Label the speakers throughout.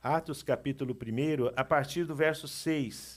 Speaker 1: Atos capítulo 1, a partir do verso 6.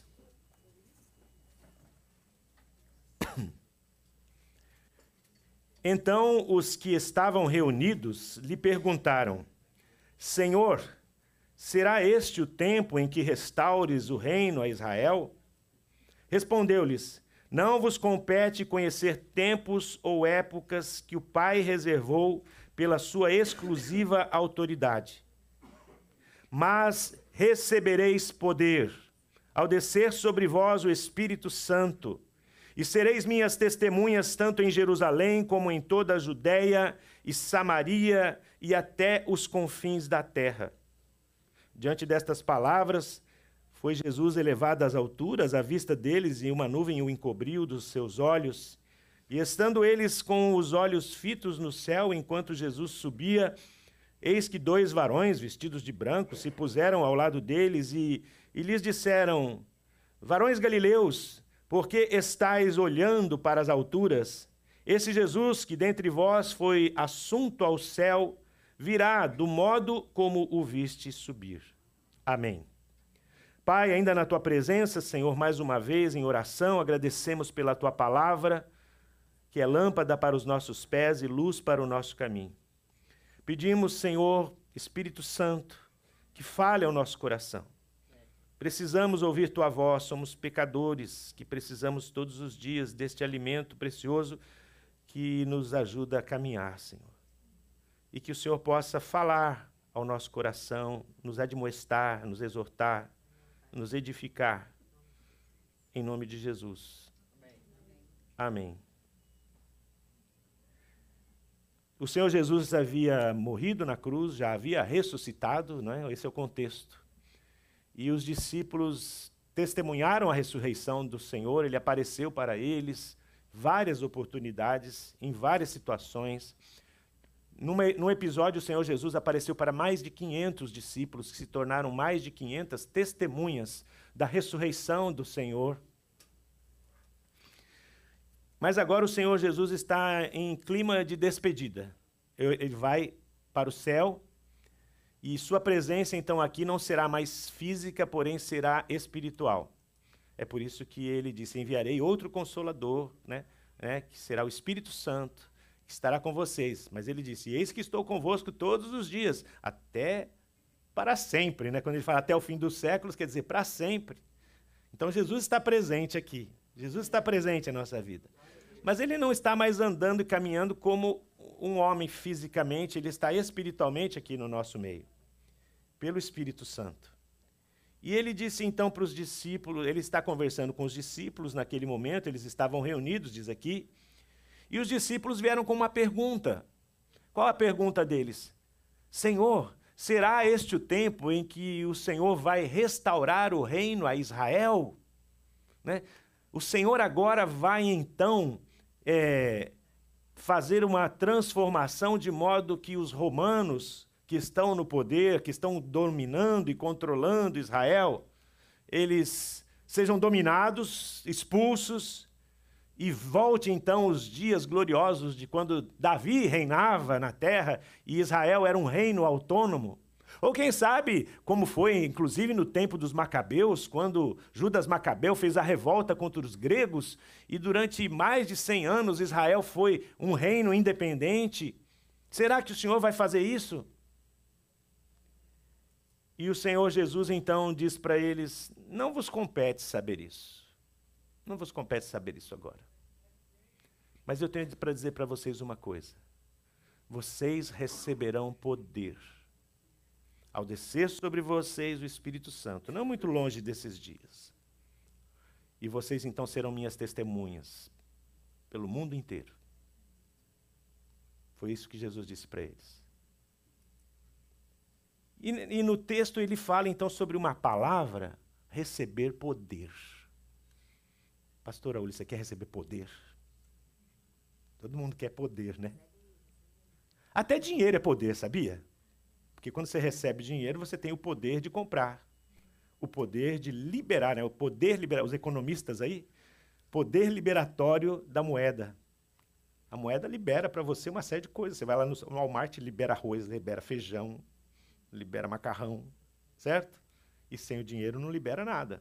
Speaker 1: Então os que estavam reunidos lhe perguntaram: Senhor, será este o tempo em que restaures o reino a Israel? Respondeu-lhes: Não vos compete conhecer tempos ou épocas que o Pai reservou pela sua exclusiva autoridade. Mas recebereis poder, ao descer sobre vós o Espírito Santo, e sereis minhas testemunhas tanto em Jerusalém como em toda a Judéia e Samaria e até os confins da terra. Diante destas palavras, foi Jesus elevado às alturas, à vista deles, e uma nuvem o encobriu dos seus olhos. E estando eles com os olhos fitos no céu, enquanto Jesus subia, eis que 2 varões vestidos de branco se puseram ao lado deles e lhes disseram: Varões galileus, por que estáis olhando para as alturas? Esse Jesus que dentre vós foi assunto ao céu, virá do modo como o viste subir. Amém. Pai, ainda na tua presença, Senhor, mais uma vez em oração, agradecemos pela tua palavra, que é lâmpada para os nossos pés e luz para o nosso caminho. Pedimos, Senhor, Espírito Santo, que fale ao nosso coração. Precisamos ouvir tua voz, somos pecadores que precisamos todos os dias deste alimento precioso que nos ajuda a caminhar, Senhor. E que o Senhor possa falar ao nosso coração, nos admoestar, nos exortar, nos edificar, em nome de Jesus. Amém. O Senhor Jesus havia morrido na cruz, já havia ressuscitado, não é? Esse é o contexto. E os discípulos testemunharam a ressurreição do Senhor, ele apareceu para eles várias oportunidades, em várias situações. Num episódio, o Senhor Jesus apareceu para mais de 500 discípulos, que se tornaram mais de 500 testemunhas da ressurreição do Senhor. Mas agora o Senhor Jesus está em clima de despedida. Ele vai para o céu, e sua presença, então, aqui não será mais física, porém será espiritual. É por isso que ele disse: enviarei outro Consolador, que será o Espírito Santo, que estará com vocês. Mas ele disse: eis que estou convosco todos os dias, até para sempre. Quando ele fala até o fim dos séculos, quer dizer para sempre. Então Jesus está presente aqui. Jesus está presente na nossa vida. Mas ele não está mais andando e caminhando como um homem fisicamente, ele está espiritualmente aqui no nosso meio, pelo Espírito Santo. E ele disse então para os discípulos, ele está conversando com os discípulos naquele momento, eles estavam reunidos, diz aqui, e os discípulos vieram com uma pergunta. Qual a pergunta deles? Senhor, será este o tempo em que o Senhor vai restaurar o reino a Israel? O Senhor agora vai então fazer uma transformação de modo que os romanos que estão no poder, que estão dominando e controlando Israel, eles sejam dominados, expulsos, e volte então os dias gloriosos de quando Davi reinava na terra e Israel era um reino autônomo. Ou quem sabe, como foi inclusive no tempo dos Macabeus, quando Judas Macabeu fez a revolta contra os gregos, e durante mais de 100 anos Israel foi um reino independente. Será que o Senhor vai fazer isso? E o Senhor Jesus então diz para eles: não vos compete saber isso. Não vos compete saber isso agora. Mas eu tenho para dizer para vocês uma coisa. Vocês receberão poder ao descer sobre vocês o Espírito Santo, não muito longe desses dias. E vocês então serão minhas testemunhas pelo mundo inteiro. Foi isso que Jesus disse para eles. E no texto ele fala então sobre uma palavra, receber poder. Pastor Raul, você quer receber poder? Todo mundo quer poder, né? Até dinheiro é poder, sabia? Porque quando você recebe dinheiro, você tem o poder de comprar. O poder de liberar, o poder liberar, os economistas aí, poder liberatório da moeda. A moeda libera para você uma série de coisas. Você vai lá no Walmart, libera arroz, libera feijão, libera macarrão. certo? E sem o dinheiro não libera nada.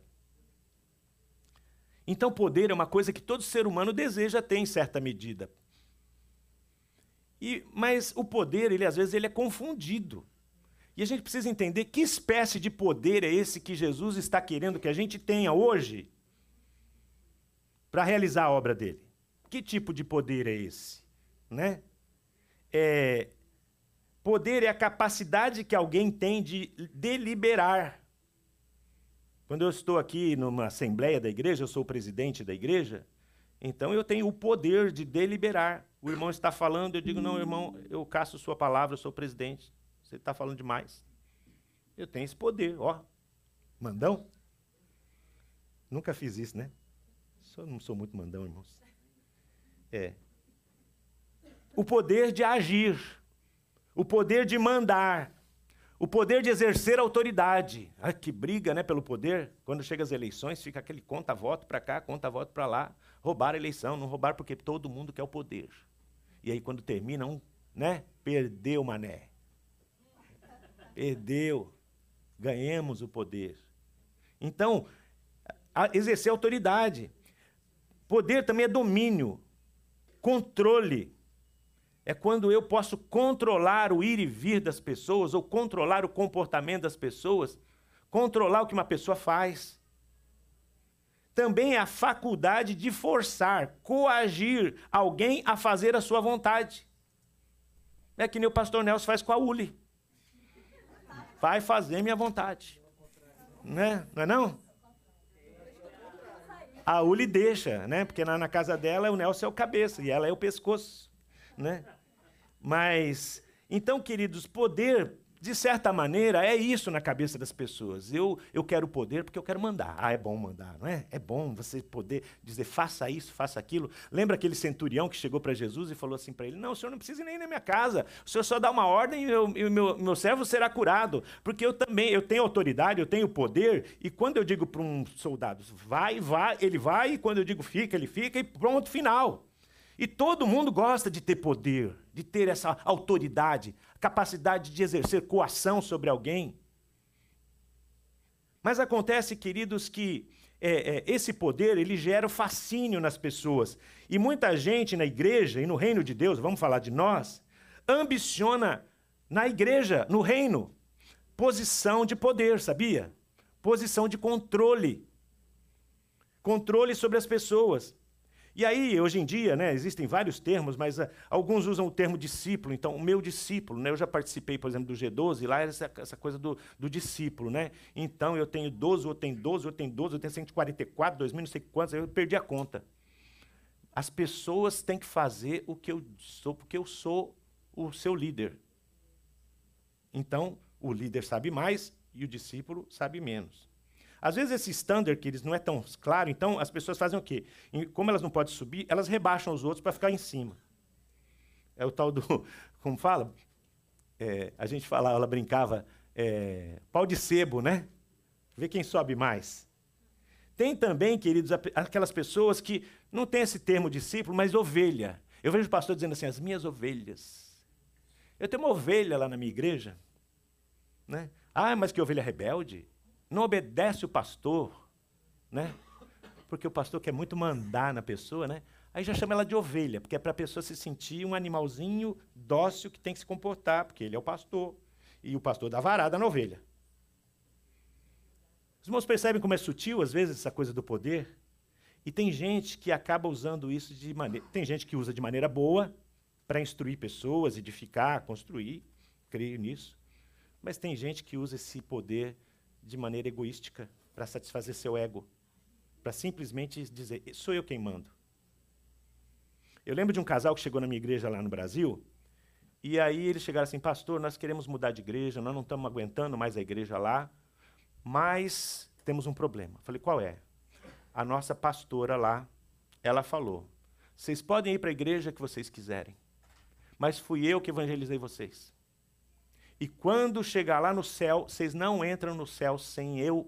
Speaker 1: Então, poder é uma coisa que todo ser humano deseja ter em certa medida. Mas o poder, às vezes, ele é confundido. E a gente precisa entender que espécie de poder é esse que Jesus está querendo que a gente tenha hoje para realizar a obra dele. Que tipo de poder é esse? Né? Poder é a capacidade que alguém tem de deliberar. Quando eu estou aqui numa assembleia da igreja, eu sou o presidente da igreja, então eu tenho o poder de deliberar. O irmão está falando, eu digo, não, irmão, eu caço sua palavra, eu sou o presidente. Você está falando demais. Eu tenho esse poder, ó. Mandão? Nunca fiz isso, né? Não sou muito mandão, irmãos. O poder de agir, o poder de mandar, o poder de exercer autoridade. Ai, que briga, né, pelo poder. Quando chega as eleições, fica aquele conta-voto para cá, conta-voto para lá. Roubar a eleição, não roubar porque todo mundo quer o poder. E aí, quando termina, perdeu, mané. Perdeu. Ganhamos o poder. Então, exercer autoridade. Poder também é domínio, controle. É quando eu posso controlar o ir e vir das pessoas, ou controlar o comportamento das pessoas, controlar o que uma pessoa faz. Também é a faculdade de forçar, coagir alguém a fazer a sua vontade. É que nem o pastor Nelson faz com a Uli. Vai fazer minha vontade. Né? Não é não? A Uli deixa, né? Porque na casa dela o Nelson é o cabeça e ela é o pescoço. Né? Mas, então, queridos, poder, de certa maneira, é isso na cabeça das pessoas. Eu quero poder porque eu quero mandar. É bom mandar, não é? É bom você poder dizer, faça isso, faça aquilo. Lembra aquele centurião que chegou para Jesus e falou assim para ele, não, o senhor não precisa ir nem na minha casa, o senhor só dá uma ordem e o meu servo será curado, porque eu tenho autoridade, eu tenho poder, e quando eu digo para um soldado, vai, ele vai, e quando eu digo fica, ele fica, e pronto, final. E todo mundo gosta de ter poder, de ter essa autoridade, capacidade de exercer coação sobre alguém. Mas acontece, queridos, que esse poder ele gera fascínio nas pessoas. E muita gente na igreja e no reino de Deus, vamos falar de nós, ambiciona na igreja, no reino, posição de poder, sabia? Posição de controle. Controle sobre as pessoas. E aí, hoje em dia, né, existem vários termos, mas alguns usam o termo discípulo. Então, o meu discípulo, né, eu já participei, por exemplo, do G12, lá era essa coisa do discípulo. Né? Então, eu tenho 12, eu tenho 12, eu tenho 12, eu tenho 144, 2.000, não sei quantos, eu perdi a conta. As pessoas têm que fazer o que eu sou, porque eu sou o seu líder. Então, o líder sabe mais e o discípulo sabe menos. Às vezes esse standard, que eles não é tão claro, então as pessoas fazem o quê? Como elas não podem subir, elas rebaixam os outros para ficar em cima. É o tal do, como fala? A gente falava, ela brincava, pau de sebo, né? Ver quem sobe mais. Tem também, queridos, aquelas pessoas que não tem esse termo discípulo, mas ovelha. Eu vejo o pastor dizendo assim, as minhas ovelhas. Eu tenho uma ovelha lá na minha igreja, né? Mas que ovelha rebelde? Não obedece o pastor, né? Porque o pastor quer muito mandar na pessoa, né? Aí já chama ela de ovelha, porque é para a pessoa se sentir um animalzinho dócil que tem que se comportar, porque ele é o pastor, e o pastor dá varada na ovelha. Os irmãos percebem como é sutil, às vezes, essa coisa do poder? E tem gente que acaba usando isso de maneira... Tem gente que usa de maneira boa para instruir pessoas, edificar, construir, creio nisso. Mas tem gente que usa esse poder de maneira egoística, para satisfazer seu ego, para simplesmente dizer, sou eu quem mando. Eu lembro de um casal que chegou na minha igreja lá no Brasil, e aí eles chegaram assim, pastor, nós queremos mudar de igreja, nós não estamos aguentando mais a igreja lá, mas temos um problema. Falei, qual é? A nossa pastora lá, ela falou, vocês podem ir para a igreja que vocês quiserem, mas fui eu que evangelizei vocês. E quando chegar lá no céu, vocês não entram no céu sem eu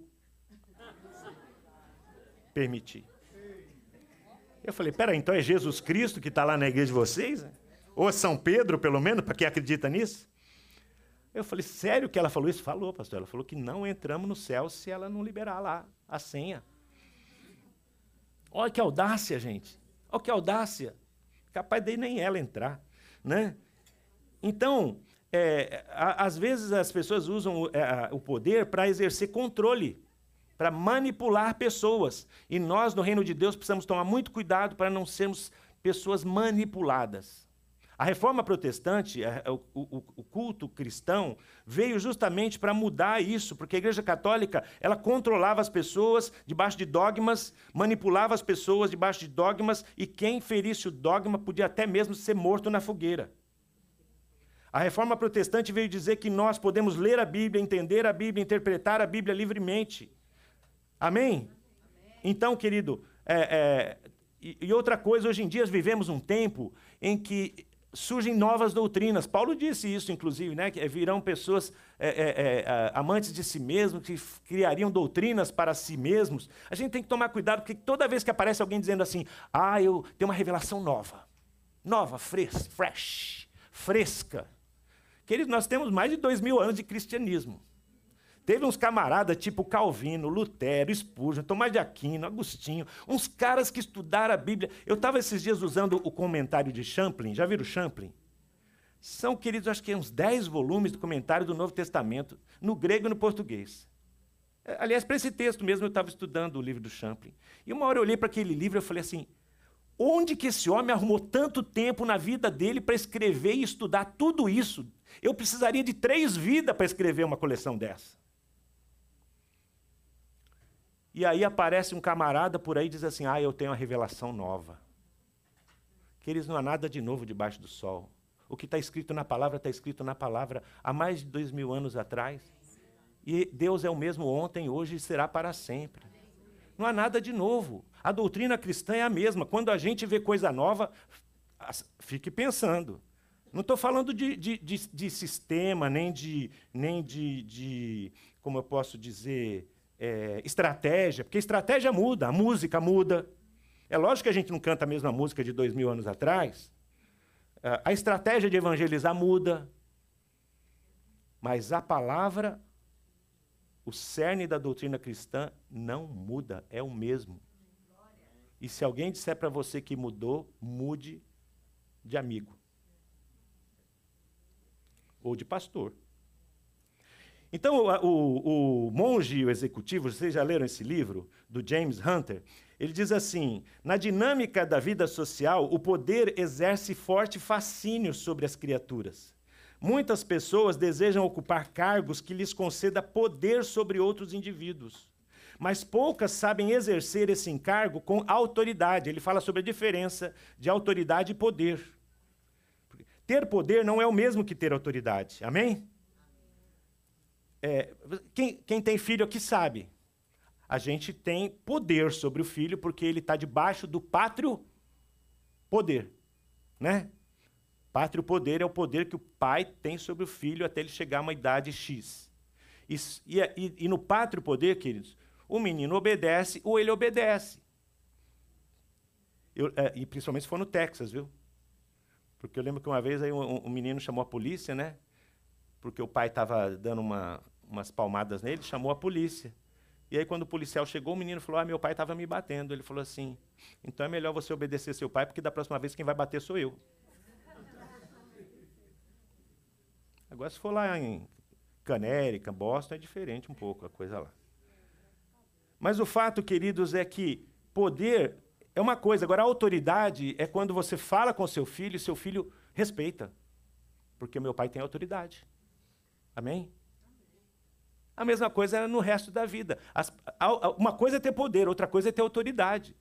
Speaker 1: permitir. Eu falei, peraí, então é Jesus Cristo que está lá na igreja de vocês? Ou São Pedro, pelo menos, para quem acredita nisso? Eu falei, sério que ela falou isso? Falou, pastor. Ela falou que não entramos no céu se ela não liberar lá a senha. Olha que audácia, gente. Olha que audácia. Capaz de nem ela entrar, né? Então, às vezes as pessoas usam o poder para exercer controle, para manipular pessoas. E nós, no reino de Deus, precisamos tomar muito cuidado para não sermos pessoas manipuladas. A reforma protestante, o culto cristão, veio justamente para mudar isso, porque a Igreja Católica, ela controlava as pessoas debaixo de dogmas, manipulava as pessoas debaixo de dogmas, e quem ferisse o dogma podia até mesmo ser morto na fogueira. A reforma protestante veio dizer que nós podemos ler a Bíblia, entender a Bíblia, interpretar a Bíblia livremente. Amém? Então, querido, e outra coisa, hoje em dia vivemos um tempo em que surgem novas doutrinas. Paulo disse isso, inclusive, né? Que virão pessoas amantes de si mesmos, que criariam doutrinas para si mesmos. A gente tem que tomar cuidado, porque toda vez que aparece alguém dizendo assim, eu tenho uma revelação nova, fresh, fresca. Querido, nós temos mais de 2000 anos de cristianismo. Teve uns camaradas tipo Calvino, Lutero, Spurgeon, Tomás de Aquino, Agostinho, uns caras que estudaram a Bíblia. Eu estava esses dias usando o comentário de Champlin, já viram Champlin? São, queridos, acho que uns 10 volumes do comentário do Novo Testamento, no grego e no português. Aliás, para esse texto mesmo, eu estava estudando o livro do Champlin. E uma hora eu olhei para aquele livro e falei assim, onde que esse homem arrumou tanto tempo na vida dele para escrever e estudar tudo isso? Eu precisaria de 3 vidas para escrever uma coleção dessa. E aí aparece um camarada por aí e diz assim, eu tenho uma revelação nova. Queridos, não há nada de novo debaixo do sol. O que está escrito na palavra, está escrito na palavra há mais de 2000 anos atrás. E Deus é o mesmo ontem, hoje e será para sempre. Não há nada de novo. A doutrina cristã é a mesma. Quando a gente vê coisa nova, fique pensando. Não estou falando de sistema, nem de, como eu posso dizer, estratégia, porque estratégia muda, a música muda. É lógico que a gente não canta a mesma música de 2000 anos atrás. A estratégia de evangelizar muda. Mas a palavra, o cerne da doutrina cristã não muda, é o mesmo. E se alguém disser para você que mudou, mude de amigo. Ou de pastor. Então, o monge e o executivo, vocês já leram esse livro, do James Hunter? Ele diz assim, na dinâmica da vida social, o poder exerce forte fascínio sobre as criaturas. Muitas pessoas desejam ocupar cargos que lhes conceda poder sobre outros indivíduos, mas poucas sabem exercer esse encargo com autoridade. Ele fala sobre a diferença de autoridade e poder. Ter poder não é o mesmo que ter autoridade, amém? Quem tem filho aqui sabe. A gente tem poder sobre o filho porque ele está debaixo do pátrio poder, né? Pátrio poder é o poder que o pai tem sobre o filho até ele chegar a uma idade X. E no pátrio poder, queridos, o menino obedece ou ele obedece. E principalmente se for no Texas, viu? Porque eu lembro que uma vez aí um menino chamou a polícia, né? Porque o pai estava dando umas palmadas nele, chamou a polícia. E aí, quando o policial chegou, o menino falou, meu pai estava me batendo. Ele falou assim, então é melhor você obedecer seu pai, porque da próxima vez quem vai bater sou eu. Agora, se for lá em Canérica, Boston, é diferente um pouco a coisa lá. Mas o fato, queridos, é que poder é uma coisa. Agora, a autoridade é quando você fala com seu filho e seu filho respeita. Porque meu pai tem autoridade. Amém? A mesma coisa é no resto da vida. Uma coisa é ter poder, outra coisa é ter autoridade.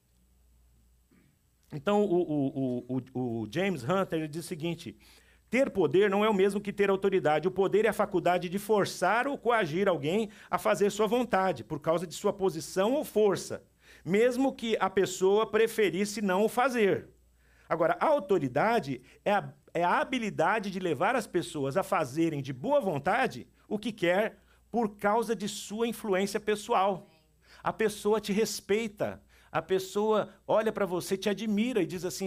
Speaker 1: Então, o James Hunter ele diz o seguinte, ter poder não é o mesmo que ter autoridade. O poder é a faculdade de forçar ou coagir alguém a fazer sua vontade, por causa de sua posição ou força, mesmo que a pessoa preferisse não o fazer. Agora, a autoridade é a habilidade de levar as pessoas a fazerem de boa vontade o que quer por causa de sua influência pessoal. A pessoa te respeita, a pessoa olha para você, te admira e diz assim,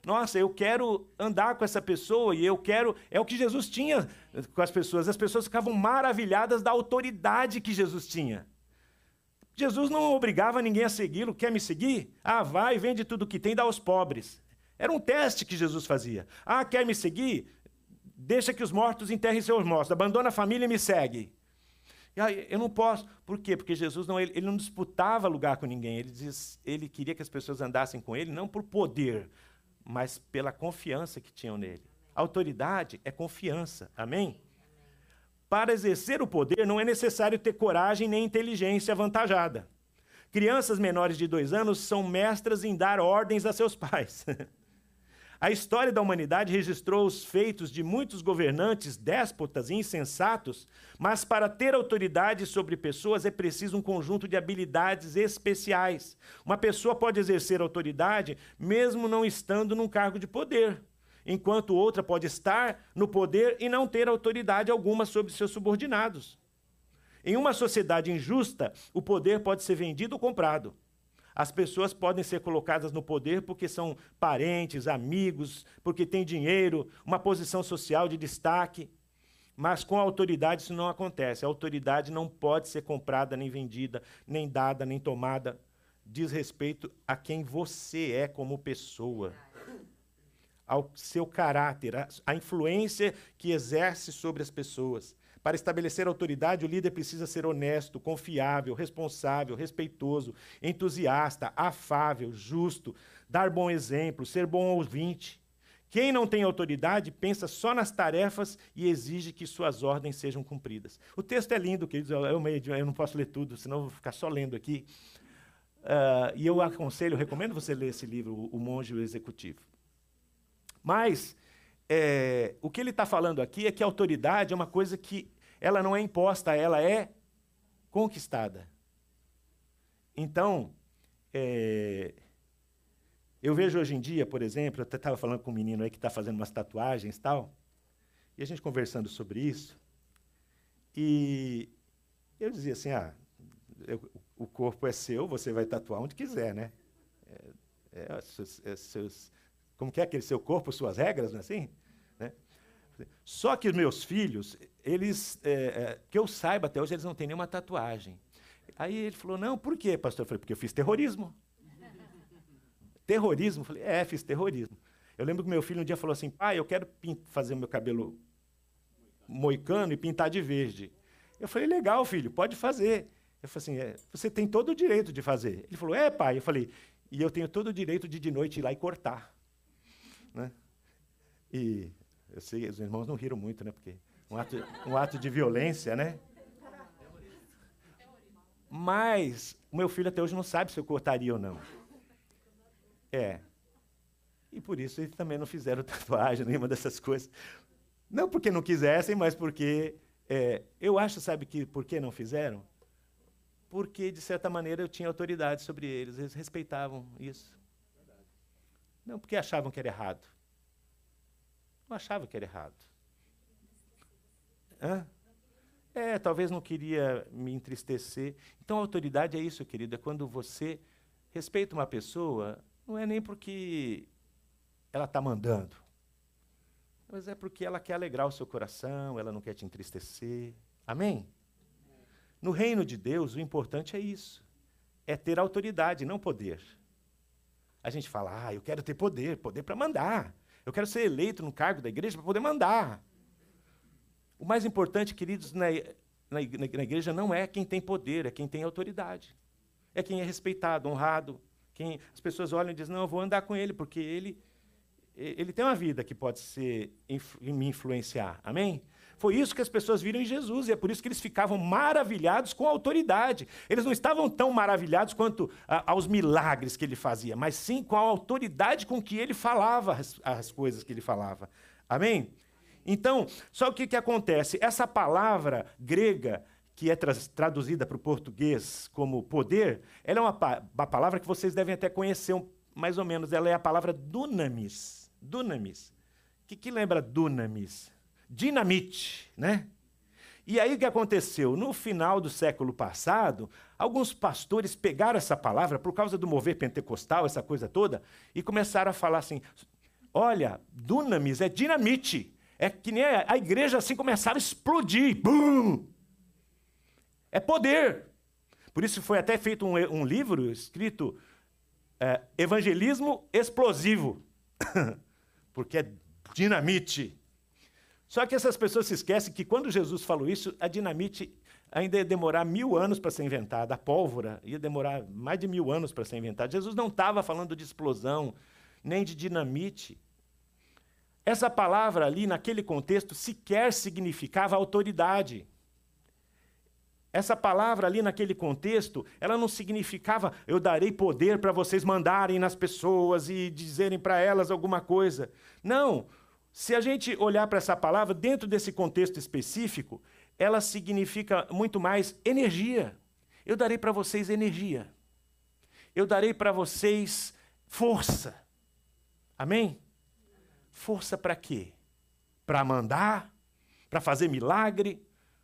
Speaker 1: nossa, eu quero andar com essa pessoa e eu quero... É o que Jesus tinha com as pessoas. As pessoas ficavam maravilhadas da autoridade que Jesus tinha. Jesus não obrigava ninguém a segui-lo. Quer me seguir? Ah, vai, vende tudo que tem e dá aos pobres. Era um teste que Jesus fazia. Ah, quer me seguir? Deixa que os mortos enterrem seus mortos. Abandona a família e me segue. Eu não posso. Por quê? Porque Jesus ele não disputava lugar com ninguém. Ele queria que as pessoas andassem com ele, não por poder, mas pela confiança que tinham nele. Autoridade é confiança. Amém? Para exercer o poder, não é necessário ter coragem nem inteligência avantajada. Crianças menores de 2 anos são mestras em dar ordens a seus pais. A história da humanidade registrou os feitos de muitos governantes, déspotas e insensatos, mas para ter autoridade sobre pessoas é preciso um conjunto de habilidades especiais. Uma pessoa pode exercer autoridade mesmo não estando num cargo de poder, enquanto outra pode estar no poder e não ter autoridade alguma sobre seus subordinados. Em uma sociedade injusta, o poder pode ser vendido ou comprado. As pessoas podem ser colocadas no poder porque são parentes, amigos, porque têm dinheiro, uma posição social de destaque. Mas com a autoridade isso não acontece. A autoridade não pode ser comprada, nem vendida, nem dada, nem tomada. Diz respeito a quem você é como pessoa, ao seu caráter, a influência que exerce sobre as pessoas. Para estabelecer autoridade, o líder precisa ser honesto, confiável, responsável, respeitoso, entusiasta, afável, justo, dar bom exemplo, ser bom ouvinte. Quem não tem autoridade pensa só nas tarefas e exige que suas ordens sejam cumpridas. O texto é lindo, queridos, eu não posso ler tudo, senão eu vou ficar só lendo aqui. E eu recomendo você ler esse livro, O Monge e o Executivo. Mas o que ele está falando aqui é que a autoridade é uma coisa que ela não é imposta, ela é conquistada. Então, eu vejo hoje em dia, por exemplo, eu até estava falando com um menino aí que está fazendo umas tatuagens e tal, e a gente conversando sobre isso, e eu dizia assim, o corpo é seu, você vai tatuar onde quiser, né? Como que é aquele seu corpo, suas regras, não é assim? Né? Só que os meus filhos, eles, que eu saiba até hoje, eles não têm nenhuma tatuagem. Aí ele falou, não, por quê, pastor? Eu falei, porque eu fiz terrorismo. Terrorismo? Eu falei, fiz terrorismo. Eu lembro que meu filho um dia falou assim, pai, eu quero fazer o meu cabelo moicano e pintar de verde. Eu falei, legal, filho, pode fazer. Eu falei assim, você tem todo o direito de fazer. Ele falou, pai. Eu falei, e eu tenho todo o direito de noite ir lá e cortar. Né? E eu sei, os irmãos não riram muito, né? Porque um ato de violência, né? Mas o meu filho até hoje não sabe se eu cortaria ou não. E por isso eles também não fizeram tatuagem, nenhuma dessas coisas. Não porque não quisessem, mas porque... eu acho, sabe, por que não fizeram? Porque, de certa maneira, eu tinha autoridade sobre eles. Eles respeitavam isso. Não porque achavam que era errado. Não achava que era errado. Talvez não queria me entristecer. Então, a autoridade é isso, querido, é quando você respeita uma pessoa, não é nem porque ela está mandando, mas é porque ela quer alegrar o seu coração, ela não quer te entristecer. Amém? No reino de Deus, o importante é isso, é ter autoridade, não poder. A gente fala, eu quero ter poder para mandar. Eu quero ser eleito no cargo da igreja para poder mandar. O mais importante, queridos, na igreja não é quem tem poder, é quem tem autoridade. É quem é respeitado, honrado. Quem as pessoas olham e dizem, não, eu vou andar com ele, porque ele tem uma vida que pode me influenciar. Amém? Foi isso que as pessoas viram em Jesus, e é por isso que eles ficavam maravilhados com a autoridade. Eles não estavam tão maravilhados quanto aos milagres que ele fazia, mas sim com a autoridade com que ele falava as coisas que ele falava. Amém? Então, só o que acontece? Essa palavra grega, que é traduzida para o português como poder, ela é uma palavra que vocês devem até conhecer mais ou menos. Ela é a palavra dunamis. Dunamis. O que lembra dunamis? Dinamite, né? E aí o que aconteceu? No final do século passado, alguns pastores pegaram essa palavra por causa do mover pentecostal, essa coisa toda, e começaram a falar assim, Olha, dunamis é dinamite. É que nem a igreja assim começava a explodir. Bum! É poder. Por isso foi até feito um livro escrito Evangelismo Explosivo. Porque é dinamite. Só que essas pessoas se esquecem que quando Jesus falou isso, a dinamite ainda ia demorar 1000 anos para ser inventada. A pólvora ia demorar mais de 1000 anos para ser inventada. Jesus não estava falando de explosão, nem de dinamite. Essa palavra ali, naquele contexto, sequer significava autoridade. Essa palavra ali naquele contexto, ela não significava eu darei poder para vocês mandarem nas pessoas e dizerem para elas alguma coisa. Não. Se a gente olhar para essa palavra, dentro desse contexto específico, ela significa muito mais energia. Eu darei para vocês energia. Eu darei para vocês força. Amém? Força para quê? Para mandar? Para fazer milagre?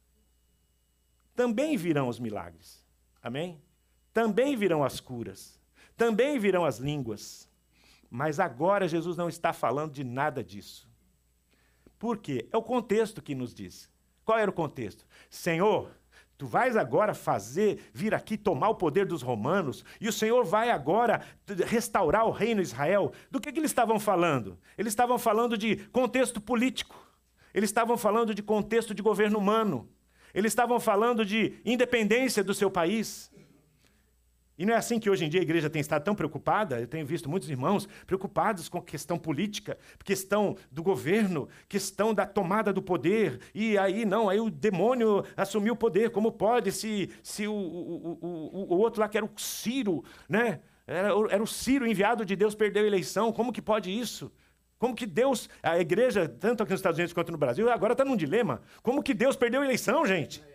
Speaker 1: Também virão os milagres. Amém? Também virão as curas. Também virão as línguas. Mas agora Jesus não está falando de nada disso. Por quê? É o contexto que nos diz. Qual era o contexto? Senhor, tu vais agora vir aqui tomar o poder dos romanos, e o Senhor vai agora restaurar o reino de Israel. Do que eles estavam falando? Eles estavam falando de contexto político. Eles estavam falando de contexto de governo humano. Eles estavam falando de independência do seu país. E não é assim que hoje em dia a igreja tem estado tão preocupada? Eu tenho visto muitos irmãos preocupados com a questão política, questão do governo, questão da tomada do poder. E aí o demônio assumiu o poder. Como pode se o outro lá que era o Ciro, né? Era o Ciro enviado de Deus, perdeu a eleição. Como que pode isso? Como que Deus, a igreja, tanto aqui nos Estados Unidos quanto no Brasil, agora está num dilema. Como que Deus perdeu a eleição, gente?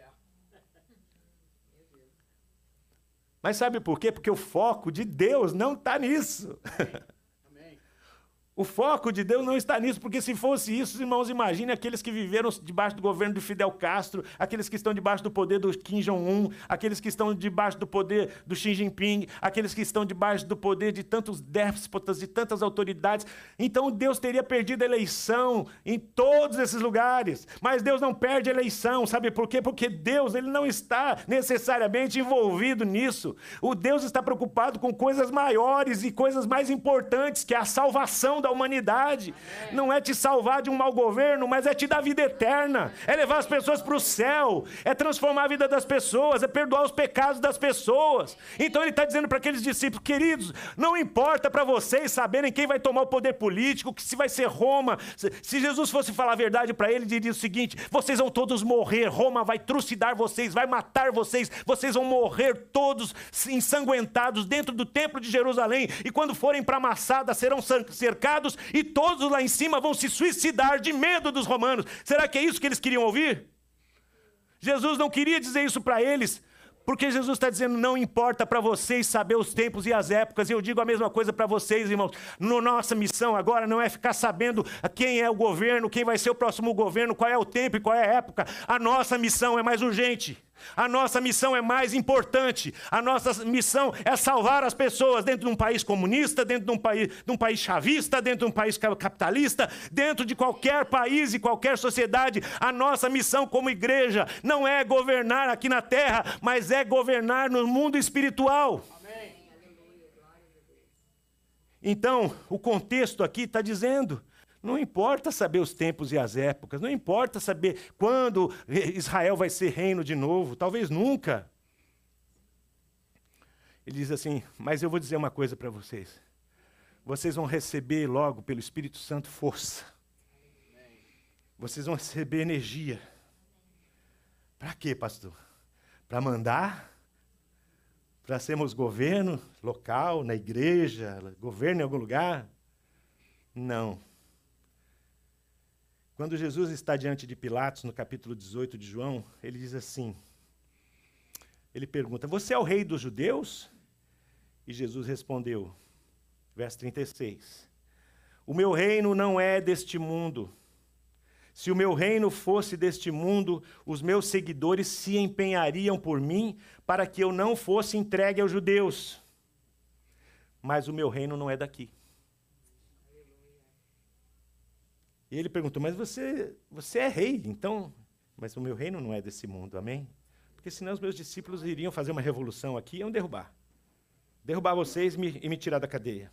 Speaker 1: Mas sabe por quê? Porque o foco de Deus não está nisso. Amém. O foco de Deus não está nisso, porque se fosse isso, irmãos, imagine aqueles que viveram debaixo do governo de Fidel Castro, aqueles que estão debaixo do poder do Kim Jong-un, aqueles que estão debaixo do poder do Xi Jinping, aqueles que estão debaixo do poder de tantos déspotas, de tantas autoridades. Então Deus teria perdido a eleição em todos esses lugares. Mas Deus não perde a eleição, sabe por quê? Porque Deus ele não está necessariamente envolvido nisso. O Deus está preocupado com coisas maiores e coisas mais importantes, que é a salvação da humanidade. Amém. Não é te salvar de um mau governo, mas é te dar vida eterna, é levar as pessoas para o céu, é transformar a vida das pessoas, é perdoar os pecados das pessoas. Então ele está dizendo para aqueles discípulos, queridos, não importa para vocês saberem quem vai tomar o poder político, que se vai ser Roma. Se Jesus fosse falar a verdade para ele, ele diria o seguinte: vocês vão todos morrer, Roma vai trucidar vocês, vai matar vocês, vocês vão morrer todos ensanguentados dentro do templo de Jerusalém, e quando forem para a Massada serão cercados e todos lá em cima vão se suicidar de medo dos romanos. Será que é isso que eles queriam ouvir? Jesus não queria dizer isso para eles, porque Jesus está dizendo, não importa para vocês saber os tempos e as épocas. E eu digo a mesma coisa para vocês, irmãos. Nossa missão agora não é ficar sabendo quem é o governo, quem vai ser o próximo governo, qual é o tempo e qual é a época. A nossa missão é mais urgente. A nossa missão é mais importante. A nossa missão é salvar as pessoas dentro de um país comunista, dentro de um país chavista, dentro de um país capitalista, dentro de qualquer país e qualquer sociedade. A nossa missão como igreja não é governar aqui na terra, mas é governar no mundo espiritual. Amém. Então, o contexto aqui está dizendo, não importa saber os tempos e as épocas, não importa saber quando Israel vai ser reino de novo, talvez nunca. Ele diz assim, mas eu vou dizer uma coisa para vocês. Vocês vão receber logo pelo Espírito Santo força. Vocês vão receber energia. Para quê, pastor? Para mandar? Para sermos governo local, na igreja, governo em algum lugar? Não. Quando Jesus está diante de Pilatos, no capítulo 18 de João, ele diz assim, ele pergunta, você é o rei dos judeus? E Jesus respondeu, verso 36, o meu reino não é deste mundo. Se o meu reino fosse deste mundo, os meus seguidores se empenhariam por mim para que eu não fosse entregue aos judeus. Mas o meu reino não é daqui. E ele perguntou, mas você é rei, então... Mas o meu reino não é desse mundo, amém? Porque senão os meus discípulos iriam fazer uma revolução aqui e iam derrubar. Derrubar vocês e me tirar da cadeia.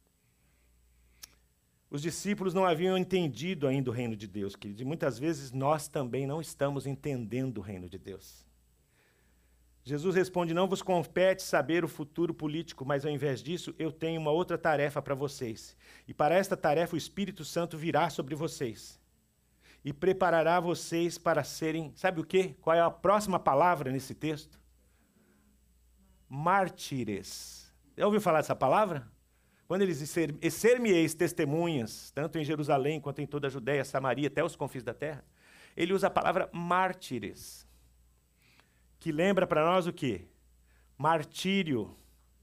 Speaker 1: Os discípulos não haviam entendido ainda o reino de Deus, queridos. E muitas vezes nós também não estamos entendendo o reino de Deus. Jesus responde, não vos compete saber o futuro político, mas ao invés disso, eu tenho uma outra tarefa para vocês. E para esta tarefa o Espírito Santo virá sobre vocês. E preparará vocês para serem... Sabe o quê? Qual é a próxima palavra nesse texto? Mártires. Já ouviu falar dessa palavra? Quando ele diz, ser-me-eis testemunhas, tanto em Jerusalém quanto em toda a Judéia, Samaria, até os confins da terra, ele usa a palavra mártires, que lembra para nós o quê? Martírio.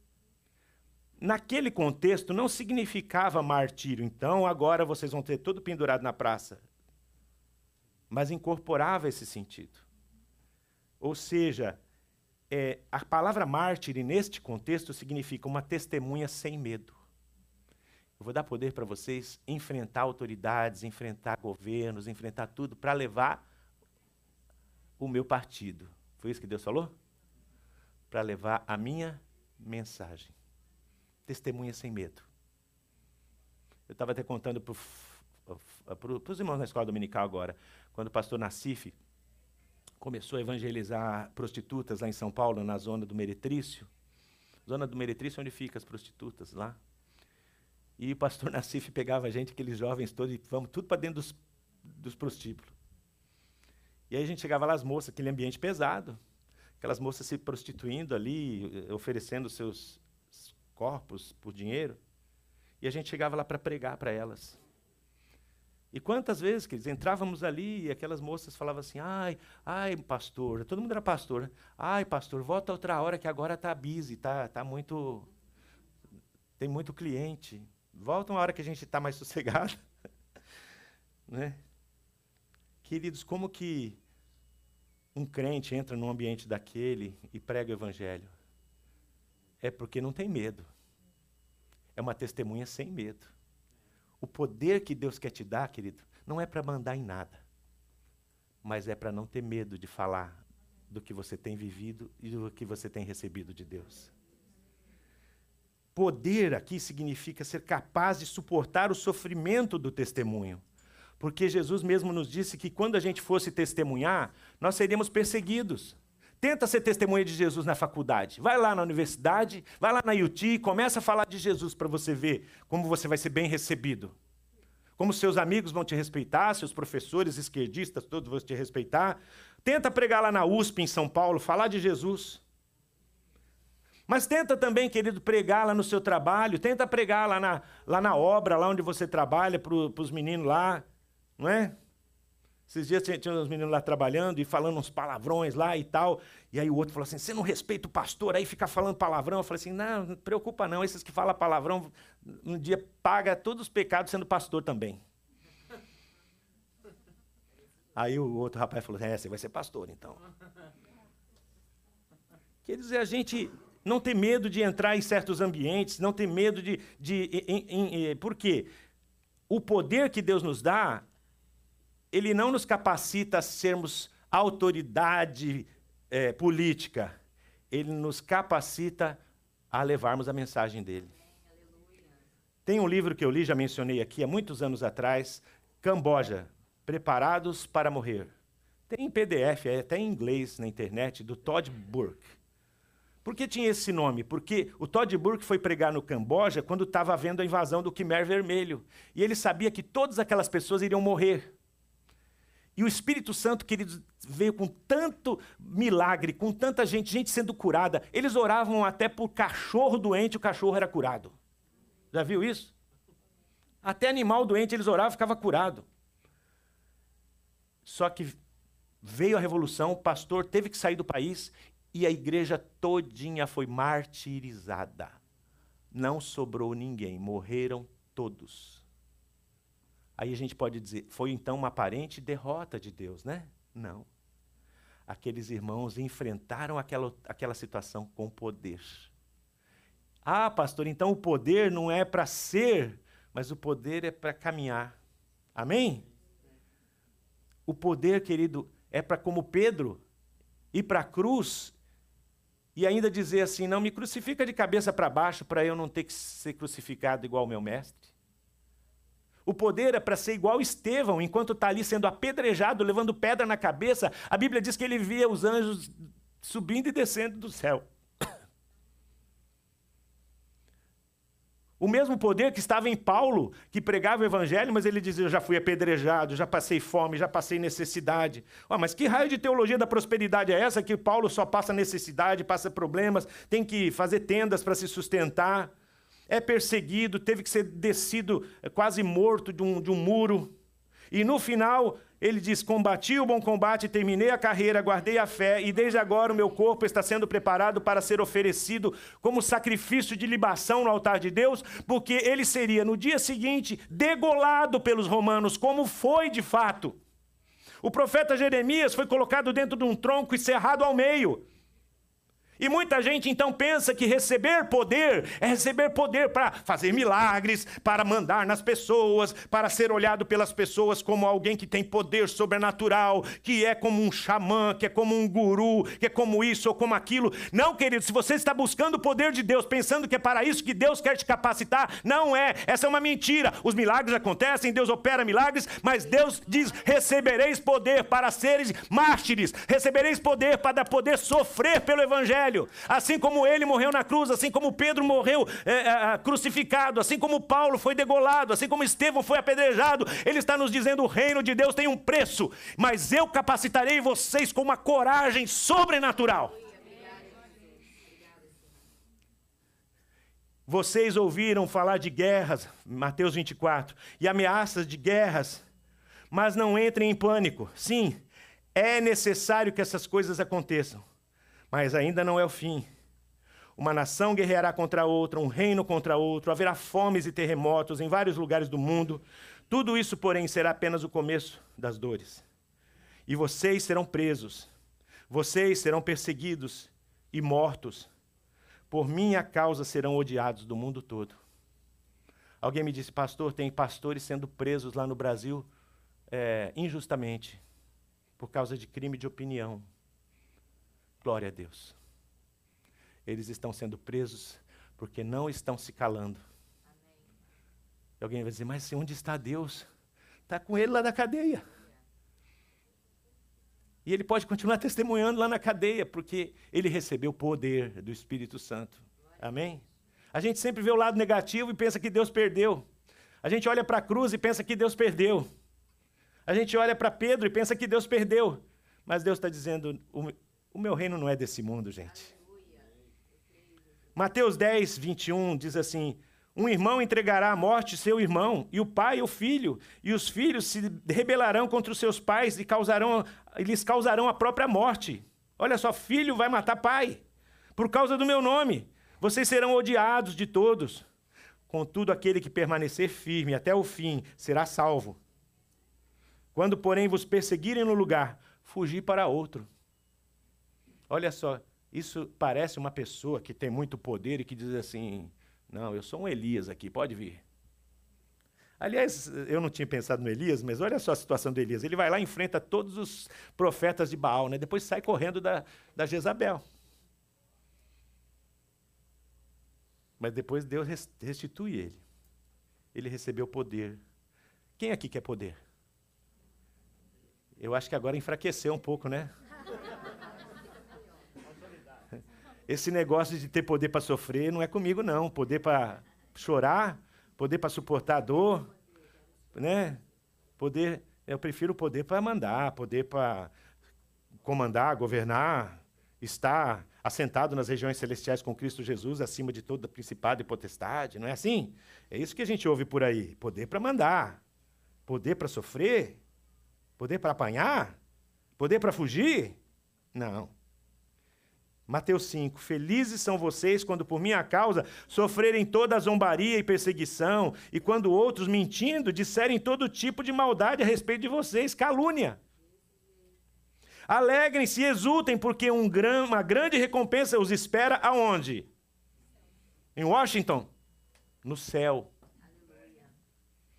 Speaker 1: Naquele contexto não significava martírio, então agora vocês vão ter tudo pendurado na praça. Mas incorporava esse sentido. Ou seja, a palavra mártir, neste contexto, significa uma testemunha sem medo. Eu vou dar poder para vocês enfrentar autoridades, enfrentar governos, enfrentar tudo, para levar o meu partido. Foi isso que Deus falou? Para levar a minha mensagem. Testemunha sem medo. Eu estava até contando para os irmãos na escola dominical agora, quando o pastor Nassif começou a evangelizar prostitutas lá em São Paulo, na zona do Meretrício. Zona do Meretrício, onde ficam as prostitutas lá. E o pastor Nassif pegava a gente, aqueles jovens todos, e vamos tudo para dentro dos prostíbulos. E aí a gente chegava lá, as moças, aquele ambiente pesado, aquelas moças se prostituindo ali, oferecendo seus corpos por dinheiro. E a gente chegava lá para pregar para elas. E quantas vezes, queridos, entrávamos ali e aquelas moças falavam assim, ai, pastor, todo mundo era pastor, ai, pastor, volta outra hora que agora está busy, tá muito, tem muito cliente, volta uma hora que a gente está mais sossegado. Né? Queridos, como que um crente entra num ambiente daquele e prega o evangelho? É porque não tem medo. É uma testemunha sem medo. O poder que Deus quer te dar, querido, não é para mandar em nada, mas é para não ter medo de falar do que você tem vivido e do que você tem recebido de Deus. Poder aqui significa ser capaz de suportar o sofrimento do testemunho, porque Jesus mesmo nos disse que quando a gente fosse testemunhar, nós seríamos perseguidos. Tenta ser testemunha de Jesus na faculdade. Vai lá na universidade, vai lá na UT, começa a falar de Jesus para você ver como você vai ser bem recebido. Como seus amigos vão te respeitar, seus professores esquerdistas todos vão te respeitar. Tenta pregar lá na USP, em São Paulo, falar de Jesus. Mas tenta também, querido, pregar lá no seu trabalho, tenta pregar lá na obra, lá onde você trabalha, para os meninos lá, não é? Esses dias tinha uns meninos lá trabalhando e falando uns palavrões lá e tal. E aí o outro falou assim, você não respeita o pastor, aí fica falando palavrão. Eu falei assim, não preocupa não, esses que falam palavrão, um dia paga todos os pecados sendo pastor também. Aí o outro rapaz falou, você vai ser pastor então. Quer dizer, a gente não tem medo de entrar em certos ambientes, não tem medo por quê? O poder que Deus nos dá, ele não nos capacita a sermos autoridade política. Ele nos capacita a levarmos a mensagem dele. Tem um livro que eu li, já mencionei aqui, há muitos anos atrás, Camboja, Preparados para Morrer. Tem em PDF, até em inglês na internet, do Todd Burke. Por que tinha esse nome? Porque o Todd Burke foi pregar no Camboja quando estava havendo a invasão do Khmer Vermelho. E ele sabia que todas aquelas pessoas iriam morrer. E o Espírito Santo, queridos, veio com tanto milagre, com tanta gente sendo curada. Eles oravam até por cachorro doente, o cachorro era curado. Já viu isso? Até animal doente eles oravam e ficava curado. Só que veio a revolução, o pastor teve que sair do país e a igreja todinha foi martirizada. Não sobrou ninguém, morreram todos. Aí a gente pode dizer, foi então uma aparente derrota de Deus, né? Não. Aqueles irmãos enfrentaram aquela situação com poder. Ah, pastor, então o poder não é para ser, mas o poder é para caminhar. Amém? O poder, querido, é para, como Pedro, ir para a cruz e ainda dizer assim, não, me crucifica de cabeça para baixo para eu não ter que ser crucificado igual o meu mestre. O poder é para ser igual Estevão, enquanto está ali sendo apedrejado, levando pedra na cabeça. A Bíblia diz que ele via os anjos subindo e descendo do céu. O mesmo poder que estava em Paulo, que pregava o evangelho, mas ele dizia, eu já fui apedrejado, já passei fome, já passei necessidade. Mas que raio de teologia da prosperidade é essa, que Paulo só passa necessidade, passa problemas, tem que fazer tendas para se sustentar, é perseguido, teve que ser descido quase morto de um muro. E no final, ele diz, combati o bom combate, terminei a carreira, guardei a fé, e desde agora o meu corpo está sendo preparado para ser oferecido como sacrifício de libação no altar de Deus, porque ele seria, no dia seguinte, degolado pelos romanos, como foi de fato. O profeta Jeremias foi colocado dentro de um tronco e cerrado ao meio. E muita gente então pensa que receber poder é receber poder para fazer milagres, para mandar nas pessoas, para ser olhado pelas pessoas como alguém que tem poder sobrenatural, que é como um xamã, que é como um guru, que é como isso ou como aquilo. Não, querido, se você está buscando o poder de Deus, pensando que é para isso que Deus quer te capacitar, não é. Essa é uma mentira. Os milagres acontecem, Deus opera milagres, mas Deus diz, recebereis poder para seres mártires, recebereis poder para poder sofrer pelo evangelho. Assim como ele morreu na cruz, assim como Pedro morreu crucificado, assim como Paulo foi degolado, assim como Estevão foi apedrejado, ele está nos dizendo, o reino de Deus tem um preço, mas eu capacitarei vocês com uma coragem sobrenatural. Vocês ouviram falar de guerras, Mateus 24, e ameaças de guerras, mas não entrem em pânico. Sim, é necessário que essas coisas aconteçam. Mas ainda não é o fim. Uma nação guerreará contra outra, um reino contra outro, haverá fomes e terremotos em vários lugares do mundo. Tudo isso, porém, será apenas o começo das dores. E vocês serão presos, vocês serão perseguidos e mortos. Por minha causa serão odiados do mundo todo. Alguém me disse, pastor, tem pastores sendo presos lá no Brasil injustamente, por causa de crime de opinião. Glória a Deus. Eles estão sendo presos porque não estão se calando. Amém. E alguém vai dizer, mas onde está Deus? Está com ele lá na cadeia. E ele pode continuar testemunhando lá na cadeia, porque ele recebeu poder do Espírito Santo. Amém? A gente sempre vê o lado negativo e pensa que Deus perdeu. A gente olha para a cruz e pensa que Deus perdeu. A gente olha para Pedro e pensa que Deus perdeu. Mas Deus está dizendo, o meu reino não é desse mundo, gente. Mateus 10, 21 diz assim, um irmão entregará à morte seu irmão, e o pai o filho, e os filhos se rebelarão contra os seus pais e lhes causarão a própria morte. Olha só, filho vai matar pai, por causa do meu nome. Vocês serão odiados de todos. Contudo, aquele que permanecer firme até o fim será salvo. Quando, porém, vos perseguirem no lugar, fugi para outro. Olha só, isso parece uma pessoa que tem muito poder e que diz assim, não, eu sou um Elias aqui, pode vir. Aliás, eu não tinha pensado no Elias, mas olha só a situação do Elias. Ele vai lá e enfrenta todos os profetas de Baal, né? Depois sai correndo da Jezabel. Mas depois Deus restitui ele. Ele recebeu poder. Quem aqui quer poder? Eu acho que agora enfraqueceu um pouco, né? Esse negócio de ter poder para sofrer não é comigo, não. Poder para chorar, poder para suportar a dor, né? Poder, eu prefiro poder para mandar, poder para comandar, governar, estar assentado nas regiões celestiais com Cristo Jesus, acima de toda principado e potestade, não é assim? É isso que a gente ouve por aí. Poder para mandar, poder para sofrer, poder para apanhar, poder para fugir? Não. Mateus 5, felizes são vocês quando por minha causa sofrerem toda a zombaria e perseguição, e quando outros, mentindo, disserem todo tipo de maldade a respeito de vocês, calúnia. Alegrem-se e exultem, porque uma grande recompensa os espera aonde? Em Washington? No céu.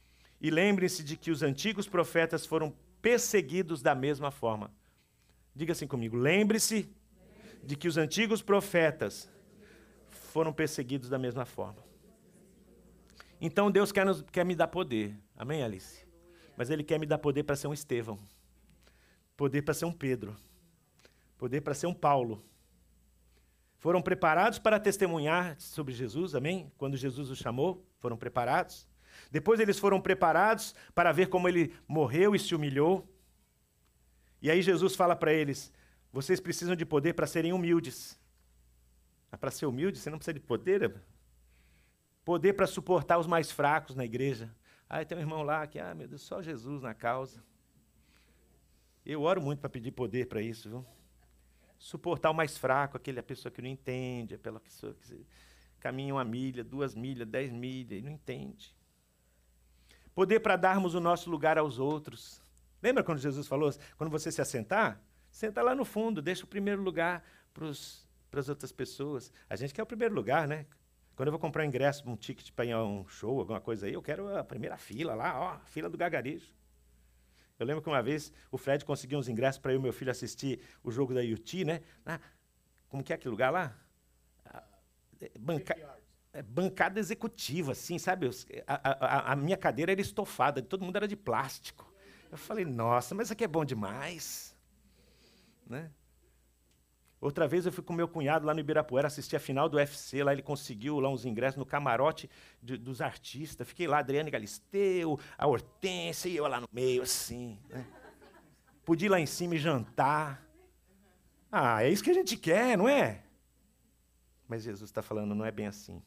Speaker 1: E lembrem-se de que os antigos profetas foram perseguidos da mesma forma. Diga assim comigo, lembre-se de que os antigos profetas foram perseguidos da mesma forma. Então Deus quer me dar poder. Amém, Alice? Mas Ele quer me dar poder para ser um Estevão. Poder para ser um Pedro. Poder para ser um Paulo. Foram preparados para testemunhar sobre Jesus, amém? Quando Jesus os chamou, foram preparados. Depois eles foram preparados para ver como Ele morreu e se humilhou. E aí Jesus fala para eles, vocês precisam de poder para serem humildes. Para ser humilde, você não precisa de poder. Poder para suportar os mais fracos na igreja. Tem um irmão lá que, meu Deus, só Jesus na causa. Eu oro muito para pedir poder para isso, viu? Suportar o mais fraco, a pessoa que não entende, aquela pessoa que caminha 1 milha, 2 milhas, 10 milhas e não entende. Poder para darmos o nosso lugar aos outros. Lembra quando Jesus falou, quando você se assentar, senta lá no fundo, deixa o primeiro lugar para as outras pessoas. A gente quer o primeiro lugar, né? Quando eu vou comprar um ingresso, um ticket para ir a um show, alguma coisa aí, eu quero a primeira fila lá, a fila do gargarejo. Eu lembro que uma vez o Fred conseguiu uns ingressos para eu e meu filho assistir o jogo da UT, né? Como que é aquele lugar lá? Bancada executiva, assim, sabe? A minha cadeira era estofada, todo mundo era de plástico. Eu falei, nossa, mas isso aqui é bom demais. Né? Outra vez eu fui com meu cunhado lá no Ibirapuera assistir a final do UFC, lá ele conseguiu lá uns ingressos no camarote dos artistas. Fiquei lá, Adriane Galisteu, a Hortência e eu lá no meio, assim. Né? Pude ir lá em cima e jantar. É isso que a gente quer, não é? Mas Jesus está falando, não é bem assim.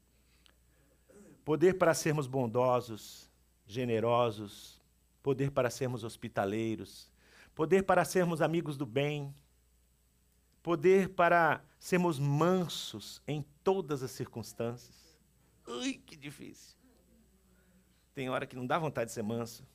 Speaker 1: Poder para sermos bondosos, generosos, poder para sermos hospitaleiros, poder para sermos amigos do bem, poder para sermos mansos em todas as circunstâncias. Ui, que difícil. Tem hora que não dá vontade de ser manso.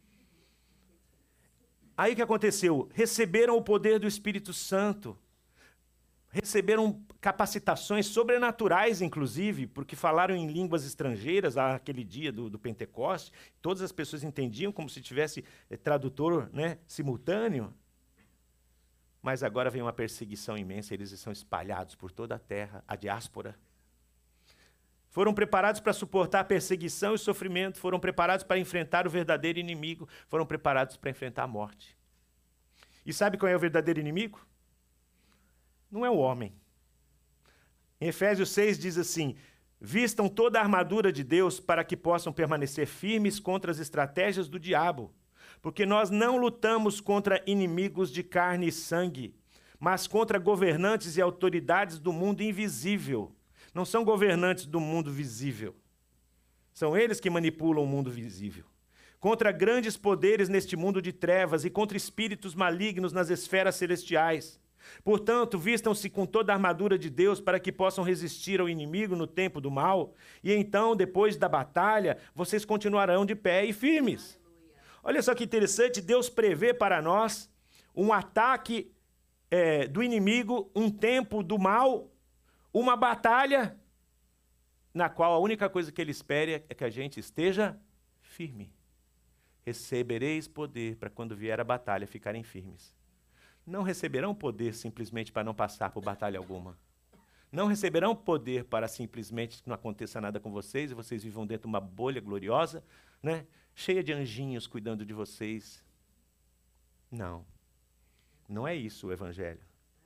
Speaker 1: Aí o que aconteceu? Receberam o poder do Espírito Santo. Receberam capacitações sobrenaturais, inclusive, porque falaram em línguas estrangeiras naquele dia do Pentecoste. Todas as pessoas entendiam como se tivesse tradutor, né, simultâneo. Mas agora vem uma perseguição imensa, eles estão espalhados por toda a terra, a diáspora. Foram preparados para suportar a perseguição e sofrimento, foram preparados para enfrentar o verdadeiro inimigo, foram preparados para enfrentar a morte. E sabe qual é o verdadeiro inimigo? Não é o homem. Em Efésios 6 diz assim, vistam toda a armadura de Deus para que possam permanecer firmes contra as estratégias do diabo. Porque nós não lutamos contra inimigos de carne e sangue, mas contra governantes e autoridades do mundo invisível. Não são governantes do mundo visível. São eles que manipulam o mundo visível. Contra grandes poderes neste mundo de trevas e contra espíritos malignos nas esferas celestiais. Portanto, vistam-se com toda a armadura de Deus para que possam resistir ao inimigo no tempo do mal. E então, depois da batalha, vocês continuarão de pé e firmes. Olha só que interessante, Deus prevê para nós um ataque do inimigo, um tempo do mal, uma batalha na qual a única coisa que Ele espera é que a gente esteja firme. Recebereis poder para quando vier a batalha ficarem firmes. Não receberão poder simplesmente para não passar por batalha alguma. Não receberão poder para simplesmente que não aconteça nada com vocês e vocês vivam dentro de uma bolha gloriosa, né? Cheia de anjinhos cuidando de vocês. Não. Não é isso o Evangelho.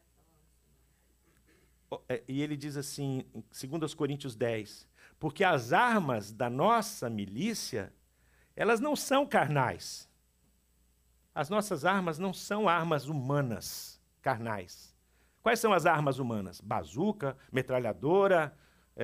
Speaker 1: E ele diz assim, em 2 Coríntios 10, porque as armas da nossa milícia, elas não são carnais. As nossas armas não são armas humanas, carnais. Quais são as armas humanas? Bazuca, metralhadora,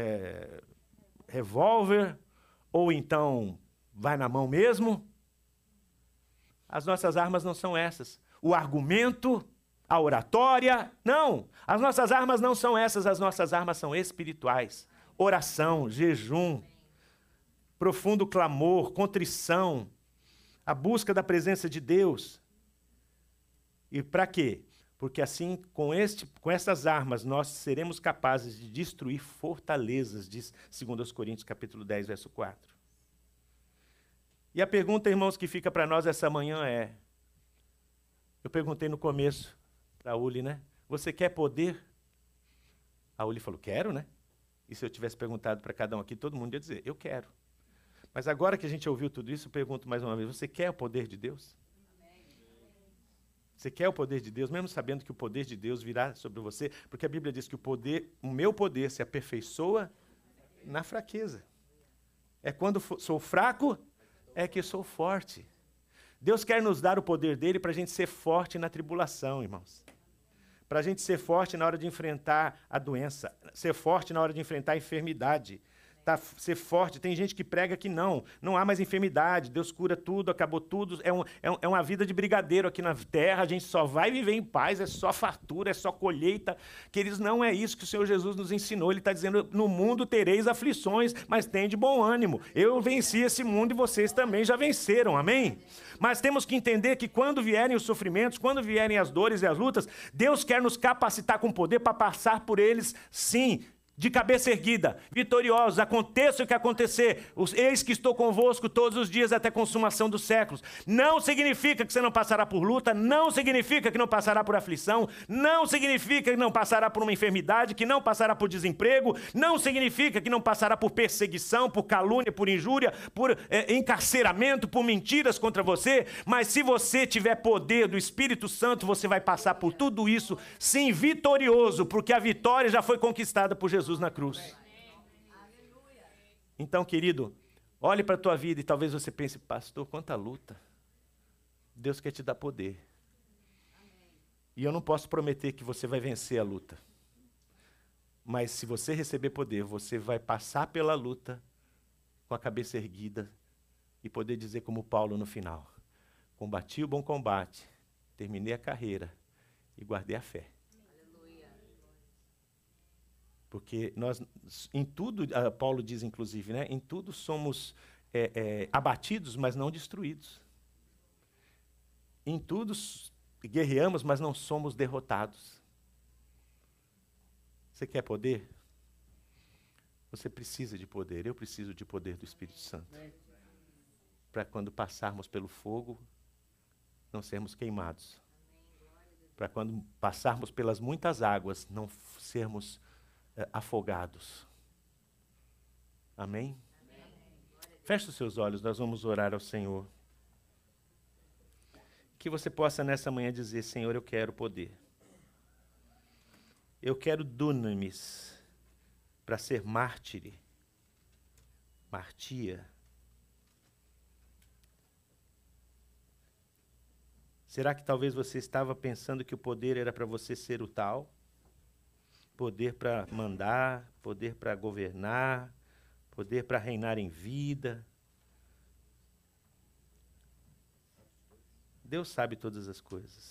Speaker 1: revólver, ou então vai na mão mesmo? As nossas armas não são essas. O argumento, a oratória, não. As nossas armas não são essas, as nossas armas são espirituais. Oração, jejum, profundo clamor, contrição, a busca da presença de Deus. E para quê? Porque assim, com essas armas, nós seremos capazes de destruir fortalezas, diz 2 Coríntios capítulo 10, verso 4. E a pergunta, irmãos, que fica para nós essa manhã é, eu perguntei no começo para a Uli, né? Você quer poder? A Uli falou, quero, né? E se eu tivesse perguntado para cada um aqui, todo mundo ia dizer, eu quero. Mas agora que a gente ouviu tudo isso, eu pergunto mais uma vez, você quer o poder de Deus? Você quer o poder de Deus, mesmo sabendo que o poder de Deus virá sobre você? Porque a Bíblia diz que o meu poder se aperfeiçoa na fraqueza. É quando sou fraco, é que sou forte. Deus quer nos dar o poder dele para a gente ser forte na tribulação, irmãos. Para a gente ser forte na hora de enfrentar a doença, ser forte na hora de enfrentar a enfermidade. Ser forte, tem gente que prega que não há mais enfermidade, Deus cura tudo, acabou tudo, é uma vida de brigadeiro aqui na terra, a gente só vai viver em paz, é só fartura, é só colheita. Queridos, não é isso que o Senhor Jesus nos ensinou, Ele está dizendo, no mundo tereis aflições, mas tem de bom ânimo, eu venci esse mundo e vocês também já venceram, amém? Mas temos que entender que quando vierem os sofrimentos, quando vierem as dores e as lutas, Deus quer nos capacitar com poder para passar por eles, sim, de cabeça erguida, vitoriosos, aconteça o que acontecer, eis que estou convosco todos os dias até a consumação dos séculos. Não significa que você não passará por luta, não significa que não passará por aflição, não significa que não passará por uma enfermidade, que não passará por desemprego, não significa que não passará por perseguição, por calúnia, por injúria, por encarceramento, por mentiras contra você, mas se você tiver poder do Espírito Santo, você vai passar por tudo isso, sim, vitorioso, porque a vitória já foi conquistada por Jesus na cruz. Então, querido, olhe para a tua vida e talvez você pense, pastor, quanta luta. Deus quer te dar poder. E eu não posso prometer que você vai vencer a luta. Mas se você receber poder, você vai passar pela luta com a cabeça erguida e poder dizer como Paulo no final, combati o bom combate, terminei a carreira e guardei a fé. Porque nós, em tudo, Paulo diz inclusive, né, em tudo somos abatidos, mas não destruídos. Em tudo guerreamos, mas não somos derrotados. Você quer poder? Você precisa de poder, eu preciso de poder do Espírito Santo. Para quando passarmos pelo fogo, não sermos queimados. Para quando passarmos pelas muitas águas, não sermos afogados. Amém? Feche os seus olhos, nós vamos orar ao Senhor. Que você possa nessa manhã dizer, Senhor, eu quero poder. Eu quero dunamis para ser mártire, martia. Será que talvez você estava pensando que o poder era para você ser o tal? Poder para mandar, poder para governar, poder para reinar em vida. Deus sabe todas as coisas.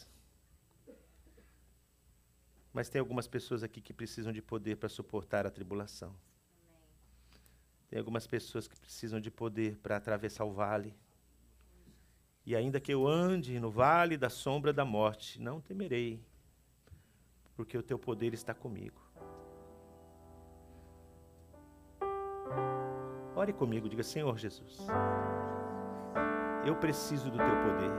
Speaker 1: Mas tem algumas pessoas aqui que precisam de poder para suportar a tribulação. Tem algumas pessoas que precisam de poder para atravessar o vale. E ainda que eu ande no vale da sombra da morte, não temerei, porque o teu poder está comigo. Ore comigo, diga, Senhor Jesus, eu preciso do teu poder.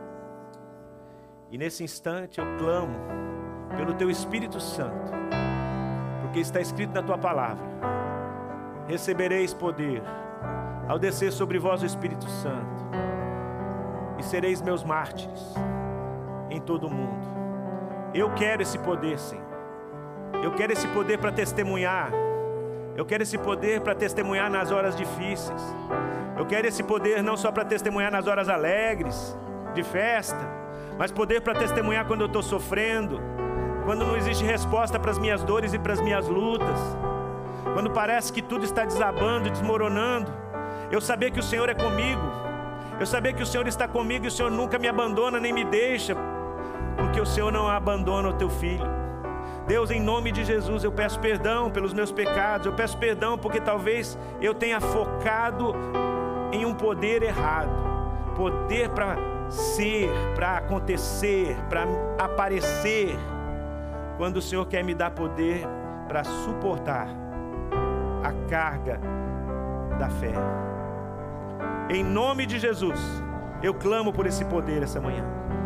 Speaker 1: E nesse instante eu clamo pelo teu Espírito Santo, porque está escrito na tua palavra, recebereis poder ao descer sobre vós o Espírito Santo, e sereis meus mártires em todo o mundo. Eu quero esse poder, Senhor. Eu quero esse poder para testemunhar. Eu quero esse poder para testemunhar nas horas difíceis. Eu quero esse poder não só para testemunhar nas horas alegres, de festa, mas poder para testemunhar quando eu estou sofrendo, quando não existe resposta para as minhas dores e para as minhas lutas, quando parece que tudo está desabando, desmoronando. Eu saber que o Senhor é comigo. Eu saber que o Senhor está comigo e o Senhor nunca me abandona nem me deixa, porque o Senhor não abandona o teu filho. Deus, em nome de Jesus, eu peço perdão pelos meus pecados, eu peço perdão porque talvez eu tenha focado em um poder errado, poder para ser, para acontecer, para aparecer, quando o Senhor quer me dar poder para suportar a carga da fé. Em nome de Jesus, eu clamo por esse poder essa manhã.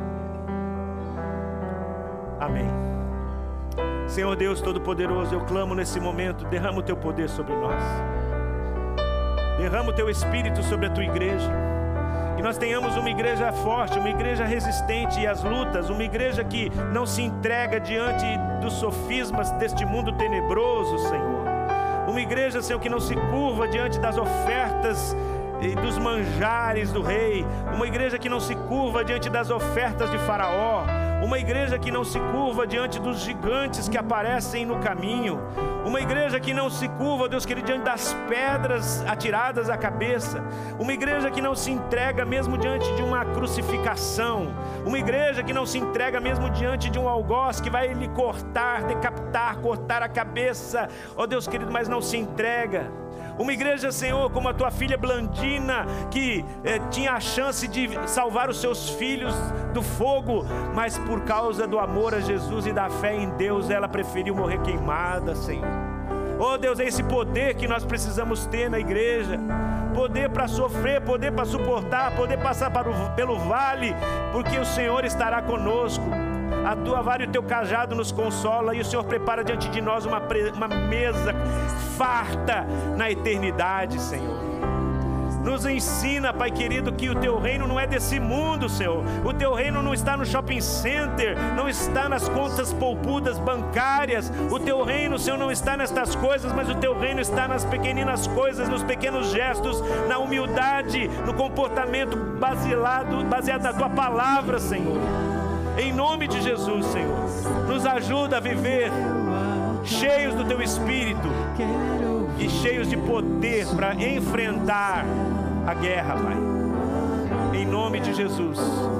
Speaker 1: Amém. Senhor Deus Todo-Poderoso, eu clamo nesse momento, derrama o teu poder sobre nós. Derrama o teu Espírito sobre a tua igreja. Que nós tenhamos uma igreja forte, uma igreja resistente às lutas, uma igreja que não se entrega diante dos sofismas deste mundo tenebroso, Senhor. Uma igreja, Senhor, que não se curva diante das ofertas e dos manjares do rei. Uma igreja que não se curva diante das ofertas de Faraó. Uma igreja que não se curva diante dos gigantes que aparecem no caminho. Uma igreja que não se curva, Deus querido, diante das pedras atiradas à cabeça. Uma igreja que não se entrega mesmo diante de uma crucificação. Uma igreja que não se entrega mesmo diante de um algoz que vai lhe cortar, decapitar, cortar a cabeça. Ó Deus querido, mas não se entrega. Uma igreja, Senhor, como a tua filha Blandina, que tinha a chance de salvar os seus filhos do fogo, mas por causa do amor a Jesus e da fé em Deus, ela preferiu morrer queimada, Senhor. Oh Deus, é esse poder que nós precisamos ter na igreja. Poder para sofrer, poder para suportar, poder passar pelo vale, porque o Senhor estará conosco. A tua vara e o teu cajado nos consola, e o Senhor prepara diante de nós uma mesa farta na eternidade, Senhor. Nos ensina, Pai querido, que o teu reino não é desse mundo, Senhor. O teu reino não está no shopping center, não está nas contas poupudas bancárias. O teu reino, Senhor, não está nestas coisas, mas o teu reino está nas pequeninas coisas, nos pequenos gestos, na humildade, no comportamento baseado na tua palavra, Senhor. Em nome de Jesus, Senhor, nos ajuda a viver cheios do teu Espírito e cheios de poder para enfrentar a guerra, Pai. Em nome de Jesus.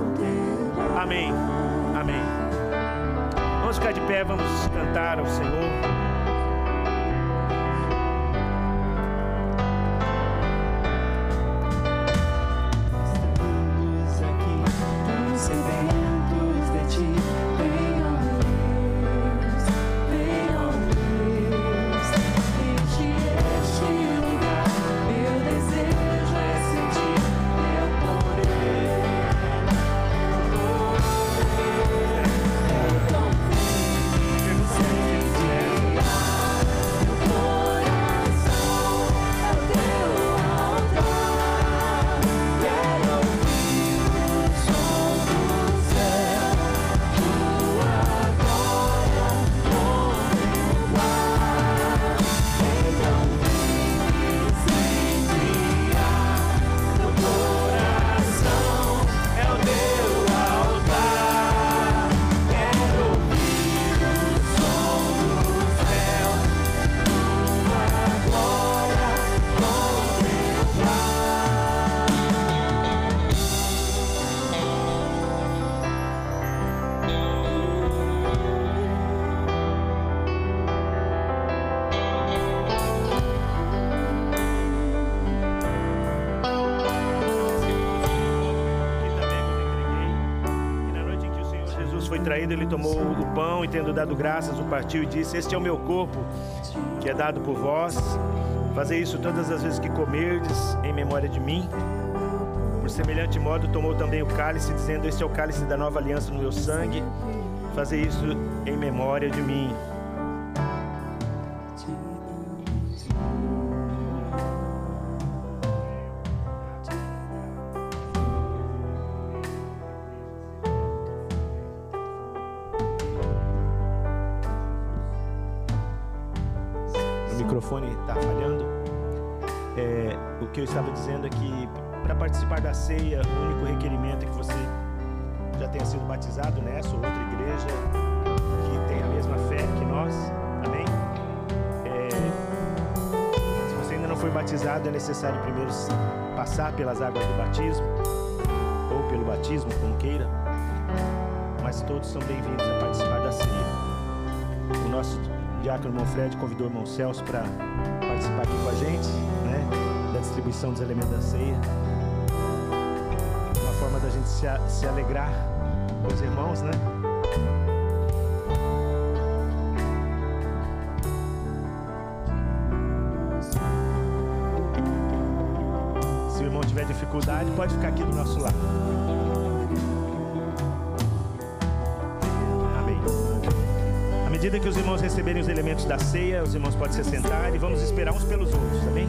Speaker 1: Amém. Amém. Vamos ficar de pé, vamos cantar ao Senhor. Ele tomou o pão e, tendo dado graças, o partiu e disse: este é o meu corpo, que é dado por vós. Fazei isso todas as vezes que comerdes, em memória de mim. Por semelhante modo, tomou também o cálice, dizendo: este é o cálice da nova aliança no meu sangue. Fazei isso em memória de mim. O microfone está falhando. O que eu estava dizendo é que para participar da ceia, o único requerimento é que você já tenha sido batizado nessa ou outra igreja que tem a mesma fé que nós. Amém? Se você ainda não foi batizado, é necessário primeiro passar pelas águas do batismo, ou pelo batismo, como queira. Mas todos são bem-vindos a participar da ceia. O nosso diácono irmão Fred convidou o irmão Celso para participar aqui com a gente, né, da distribuição dos elementos da ceia. Uma forma da gente se alegrar com os irmãos, né? Se o irmão tiver tiver dificuldade, pode ficar aqui do nosso lado. Amém. À medida que os irmãos receberem os elementos da ceia, os irmãos podem se sentar e vamos esperar uns pelos outros, amém?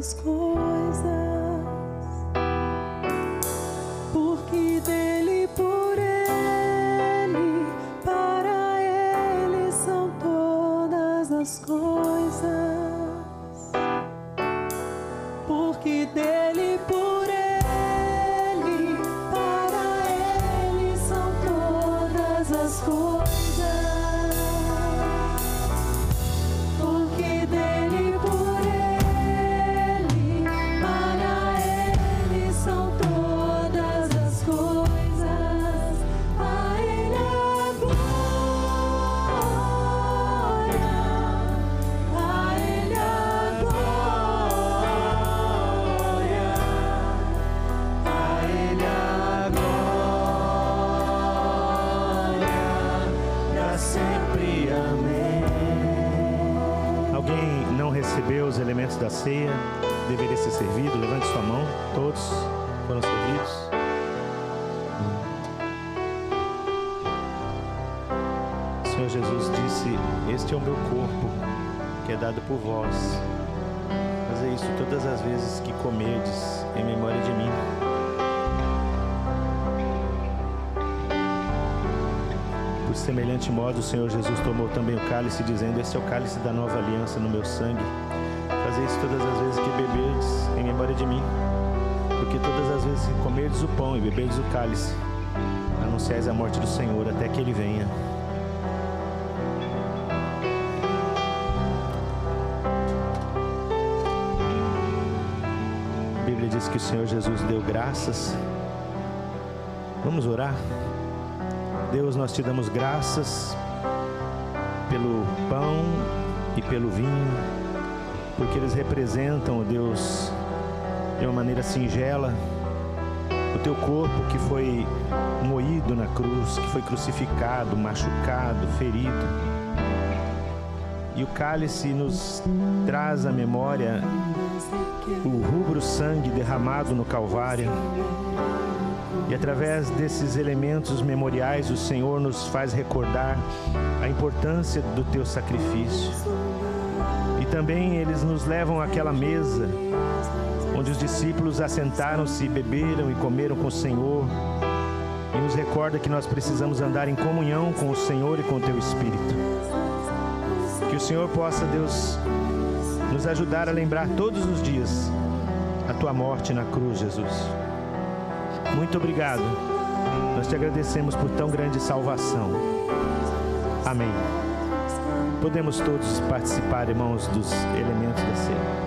Speaker 2: as coisas, porque dele, por ele, para ele são todas as coisas, porque dele, por ele, para ele são todas as coisas.
Speaker 1: Recebeu os elementos da ceia, deveria ser servido. Levante sua mão. Todos foram servidos. O Senhor Jesus disse: este é o meu corpo, que é dado por vós. Fazei isso todas as vezes que comerdes, em memória de mim. Por semelhante modo, o Senhor Jesus tomou também o cálice, dizendo: este é o cálice da nova aliança no meu sangue. Fazei isso todas as vezes que beberdes, em memória de mim. Porque todas as vezes que comerdes o pão e beberdes o cálice, anunciais a morte do Senhor até que Ele venha. A Bíblia diz que o Senhor Jesus deu graças. Vamos orar? Deus, nós te damos graças pelo pão e pelo vinho, porque eles representam, Deus, de uma maneira singela, o teu corpo que foi moído na cruz, que foi crucificado, machucado, ferido. E o cálice nos traz à memória o rubro sangue derramado no Calvário. E através desses elementos memoriais, o Senhor nos faz recordar a importância do teu sacrifício. E também eles nos levam àquela mesa onde os discípulos assentaram-se, beberam e comeram com o Senhor. E nos recorda que nós precisamos andar em comunhão com o Senhor e com o teu Espírito. Que o Senhor possa, Deus, nos ajudar a lembrar todos os dias a tua morte na cruz, Jesus. Muito obrigado. Nós te agradecemos por tão grande salvação. Amém. Podemos todos participar, irmãos, dos elementos da ceia.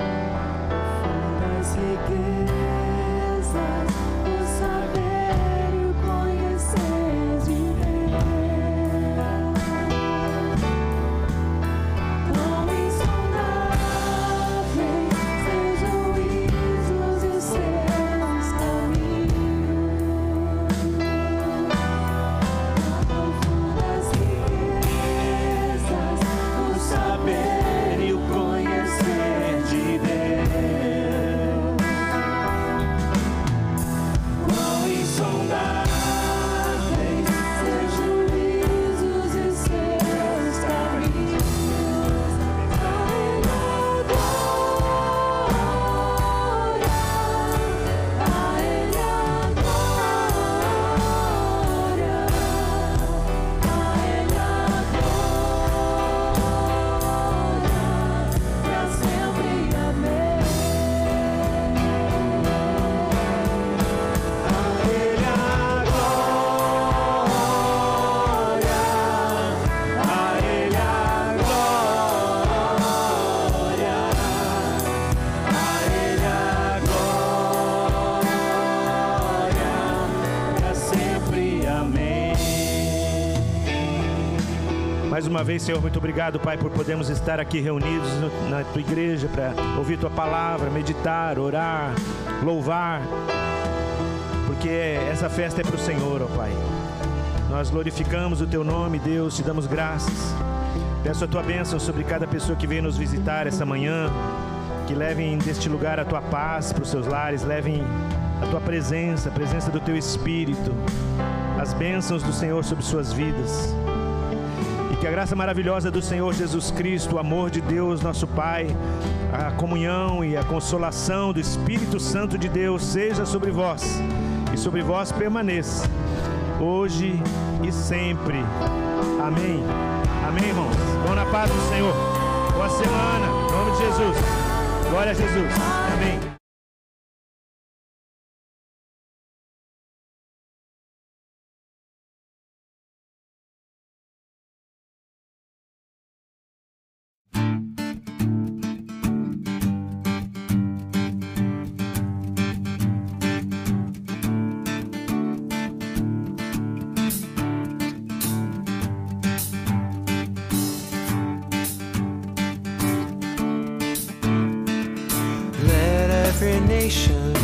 Speaker 1: Mais uma vez, Senhor, muito obrigado, Pai, por podermos estar aqui reunidos na Tua igreja para ouvir Tua palavra, meditar, orar, louvar, porque essa festa é para o Senhor, ó Pai. Nós glorificamos o Teu nome, Deus, te damos graças. Peço a Tua bênção sobre cada pessoa que veio nos visitar essa manhã, que levem deste lugar a Tua paz para os seus lares, levem a Tua presença, a presença do Teu Espírito, as bênçãos do Senhor sobre suas vidas. Que Que a graça maravilhosa do Senhor Jesus Cristo, o amor de Deus, nosso Pai, a comunhão e a consolação do Espírito Santo de Deus seja sobre vós e sobre vós permaneça, hoje e sempre. Amém. Amém, irmãos. Vão na paz do Senhor. Boa semana. Em nome de Jesus. Glória a Jesus. Amém.
Speaker 2: Nation